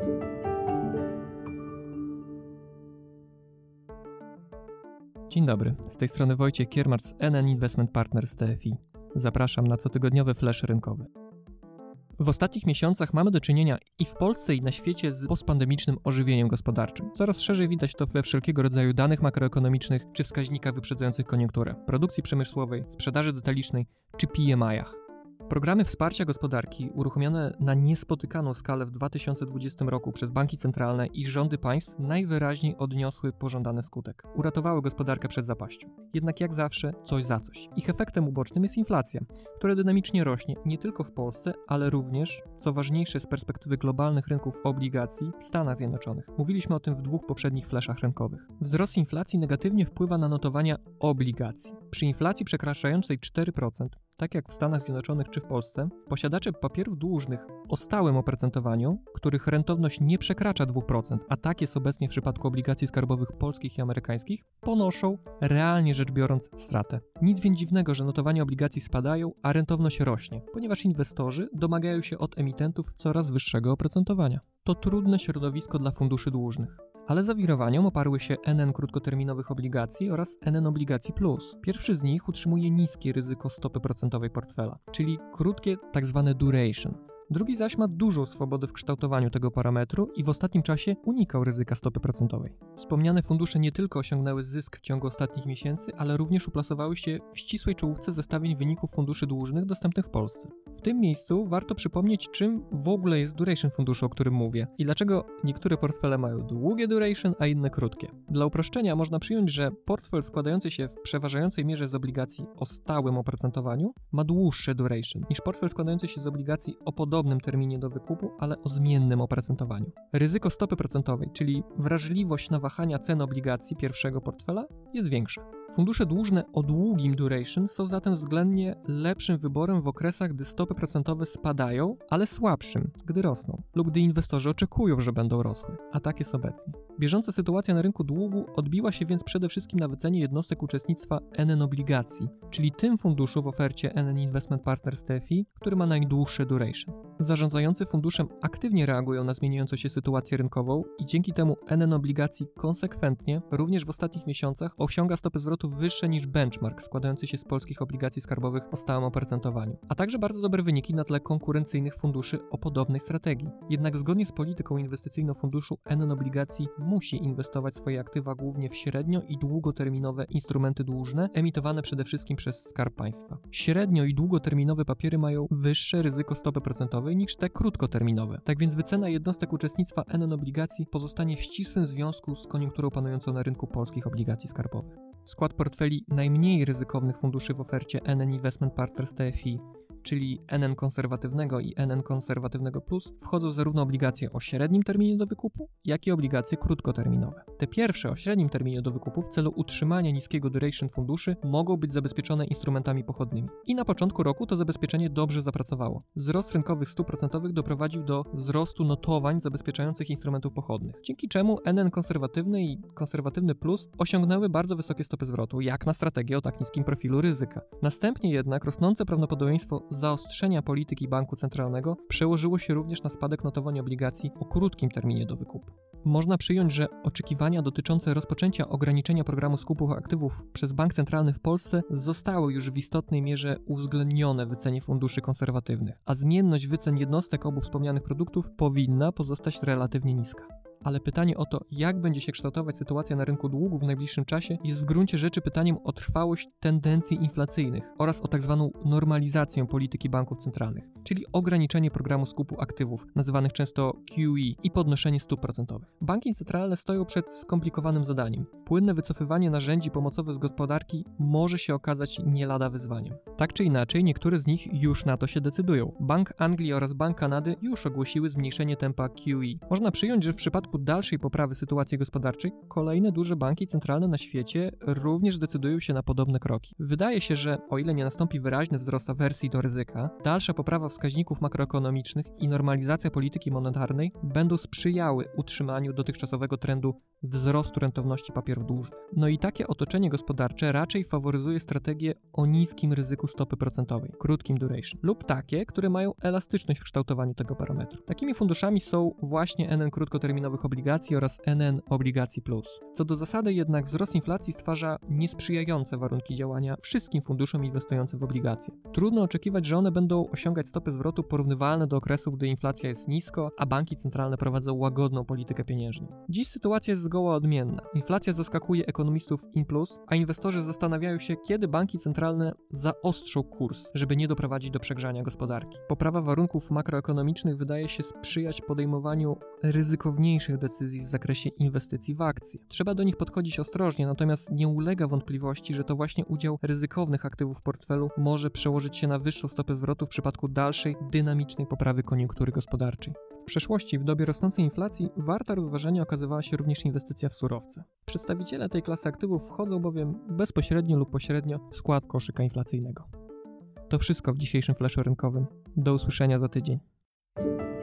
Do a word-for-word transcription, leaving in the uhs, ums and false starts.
Dzień dobry, z tej strony Wojciech Kiermacz z N N Investment Partners T F I. Zapraszam na cotygodniowy flash rynkowy. W ostatnich miesiącach mamy do czynienia i w Polsce, i na świecie z postpandemicznym ożywieniem gospodarczym. Coraz szerzej widać to we wszelkiego rodzaju danych makroekonomicznych czy wskaźnikach wyprzedzających koniunkturę, produkcji przemysłowej, sprzedaży detalicznej czy P M I-ach. Programy wsparcia gospodarki uruchomione na niespotykaną skalę w dwa tysiące dwudziestym roku przez banki centralne i rządy państw najwyraźniej odniosły pożądany skutek. Uratowały gospodarkę przed zapaścią. Jednak jak zawsze coś za coś. Ich efektem ubocznym jest inflacja, która dynamicznie rośnie nie tylko w Polsce, ale również, co ważniejsze z perspektywy globalnych rynków obligacji, w Stanach Zjednoczonych. Mówiliśmy o tym w dwóch poprzednich flashach rynkowych. Wzrost inflacji negatywnie wpływa na notowania obligacji. Przy inflacji przekraczającej cztery procent, tak jak w Stanach Zjednoczonych czy w Polsce, posiadacze papierów dłużnych o stałym oprocentowaniu, których rentowność nie przekracza dwa procent, a tak jest obecnie w przypadku obligacji skarbowych polskich i amerykańskich, ponoszą, realnie rzecz biorąc, stratę. Nic więc dziwnego, że notowania obligacji spadają, a rentowność rośnie, ponieważ inwestorzy domagają się od emitentów coraz wyższego oprocentowania. To trudne środowisko dla funduszy dłużnych. Ale zawirowaniom oparły się N N krótkoterminowych obligacji oraz N N obligacji plus. Pierwszy z nich utrzymuje niskie ryzyko stopy procentowej portfela, czyli krótkie tzw. duration. Drugi zaś ma dużą swobodę w kształtowaniu tego parametru i w ostatnim czasie unikał ryzyka stopy procentowej. Wspomniane fundusze nie tylko osiągnęły zysk w ciągu ostatnich miesięcy, ale również uplasowały się w ścisłej czołówce zestawień wyników funduszy dłużnych dostępnych w Polsce. W tym miejscu warto przypomnieć, czym w ogóle jest duration funduszu, o którym mówię i dlaczego niektóre portfele mają długie duration, a inne krótkie. Dla uproszczenia można przyjąć, że portfel składający się w przeważającej mierze z obligacji o stałym oprocentowaniu ma dłuższe duration niż portfel składający się z obligacji o podobnym terminie do wykupu, ale o zmiennym oprocentowaniu. Ryzyko stopy procentowej, czyli wrażliwość na wahania cen obligacji pierwszego portfela, jest większe. Fundusze dłużne o długim duration są zatem względnie lepszym wyborem w okresach, gdy stopy procentowe spadają, ale słabszym, gdy rosną, lub gdy inwestorzy oczekują, że będą rosły, a tak jest obecnie. Bieżąca sytuacja na rynku długu odbiła się więc przede wszystkim na wycenie jednostek uczestnictwa N N obligacji, czyli tym funduszu w ofercie N N Investment Partners T F I, który ma najdłuższe duration. Zarządzający funduszem aktywnie reagują na zmieniającą się sytuację rynkową i dzięki temu N N obligacji konsekwentnie, również w ostatnich miesiącach, osiąga stopy zwrotu wyższe niż benchmark składający się z polskich obligacji skarbowych o stałym oprocentowaniu, a także bardzo dobre wyniki na tle konkurencyjnych funduszy o podobnej strategii. Jednak zgodnie z polityką inwestycyjną funduszu N N obligacji musi inwestować swoje aktywa głównie w średnio i długoterminowe instrumenty dłużne emitowane przede wszystkim przez Skarb Państwa. Średnio i długoterminowe papiery mają wyższe ryzyko stopy procentowej niż te krótkoterminowe. Tak więc wycena jednostek uczestnictwa N N obligacji pozostanie w ścisłym związku z koniunkturą panującą na rynku polskich obligacji skarbowych. W skład portfeli najmniej ryzykownych funduszy w ofercie N N Investment Partners T F I, czyli N N konserwatywnego i N N konserwatywnego plus, wchodzą zarówno obligacje o średnim terminie do wykupu, jak i obligacje krótkoterminowe. Te pierwsze o średnim terminie do wykupu w celu utrzymania niskiego duration funduszy mogą być zabezpieczone instrumentami pochodnymi. I na początku roku to zabezpieczenie dobrze zapracowało. Wzrost rynkowych stóp procentowych doprowadził do wzrostu notowań zabezpieczających instrumentów pochodnych, dzięki czemu N N konserwatywny i konserwatywny plus osiągnęły bardzo wysokie stopy zwrotu, jak na strategię o tak niskim profilu ryzyka. Następnie jednak rosnące prawdopodobieństwo zaostrzenia polityki banku centralnego przełożyło się również na spadek notowań obligacji o krótkim terminie do wykupu. Można przyjąć, że oczekiwania dotyczące rozpoczęcia ograniczenia programu skupów aktywów przez bank centralny w Polsce zostały już w istotnej mierze uwzględnione w wycenie funduszy konserwatywnych, a zmienność wycen jednostek obu wspomnianych produktów powinna pozostać relatywnie niska. Ale pytanie o to, jak będzie się kształtować sytuacja na rynku długu w najbliższym czasie, jest w gruncie rzeczy pytaniem o trwałość tendencji inflacyjnych oraz o tzw. normalizację polityki banków centralnych, czyli ograniczenie programu skupu aktywów, nazywanych często Q E, i podnoszenie stóp procentowych. Banki centralne stoją przed skomplikowanym zadaniem. Płynne wycofywanie narzędzi pomocowych z gospodarki może się okazać nie lada wyzwaniem. Tak czy inaczej, niektóre z nich już na to się decydują. Bank Anglii oraz Bank Kanady już ogłosiły zmniejszenie tempa Q E. Można przyjąć, że w przypadku przypadku dalszej poprawy sytuacji gospodarczej kolejne duże banki centralne na świecie również decydują się na podobne kroki. Wydaje się, że o ile nie nastąpi wyraźny wzrost awersji do ryzyka, dalsza poprawa wskaźników makroekonomicznych i normalizacja polityki monetarnej będą sprzyjały utrzymaniu dotychczasowego trendu wzrostu rentowności papierów dłużnych. No i takie otoczenie gospodarcze raczej faworyzuje strategię o niskim ryzyku stopy procentowej, krótkim duration, lub takie, które mają elastyczność w kształtowaniu tego parametru. Takimi funduszami są właśnie N N krótkoterminowych obligacji oraz N N obligacji plus. Co do zasady jednak wzrost inflacji stwarza niesprzyjające warunki działania wszystkim funduszom inwestującym w obligacje. Trudno oczekiwać, że one będą osiągać stopy zwrotu porównywalne do okresów, gdy inflacja jest nisko, a banki centralne prowadzą łagodną politykę pieniężną. Dziś sytuacja jest zgoła odmienna. Inflacja zaskakuje ekonomistów in plus, a inwestorzy zastanawiają się, kiedy banki centralne zaostrzą kurs, żeby nie doprowadzić do przegrzania gospodarki. Poprawa warunków makroekonomicznych wydaje się sprzyjać podejmowaniu ryzykowniejszych decyzji w zakresie inwestycji w akcje. Trzeba do nich podchodzić ostrożnie, natomiast nie ulega wątpliwości, że to właśnie udział ryzykownych aktywów w portfelu może przełożyć się na wyższą stopę zwrotu w przypadku dalszej, dynamicznej poprawy koniunktury gospodarczej. W przeszłości, w dobie rosnącej inflacji, warta rozważenia okazywała się również inwestycja w surowce. Przedstawiciele tej klasy aktywów wchodzą bowiem bezpośrednio lub pośrednio w skład koszyka inflacyjnego. To wszystko w dzisiejszym flashu rynkowym. Do usłyszenia za tydzień.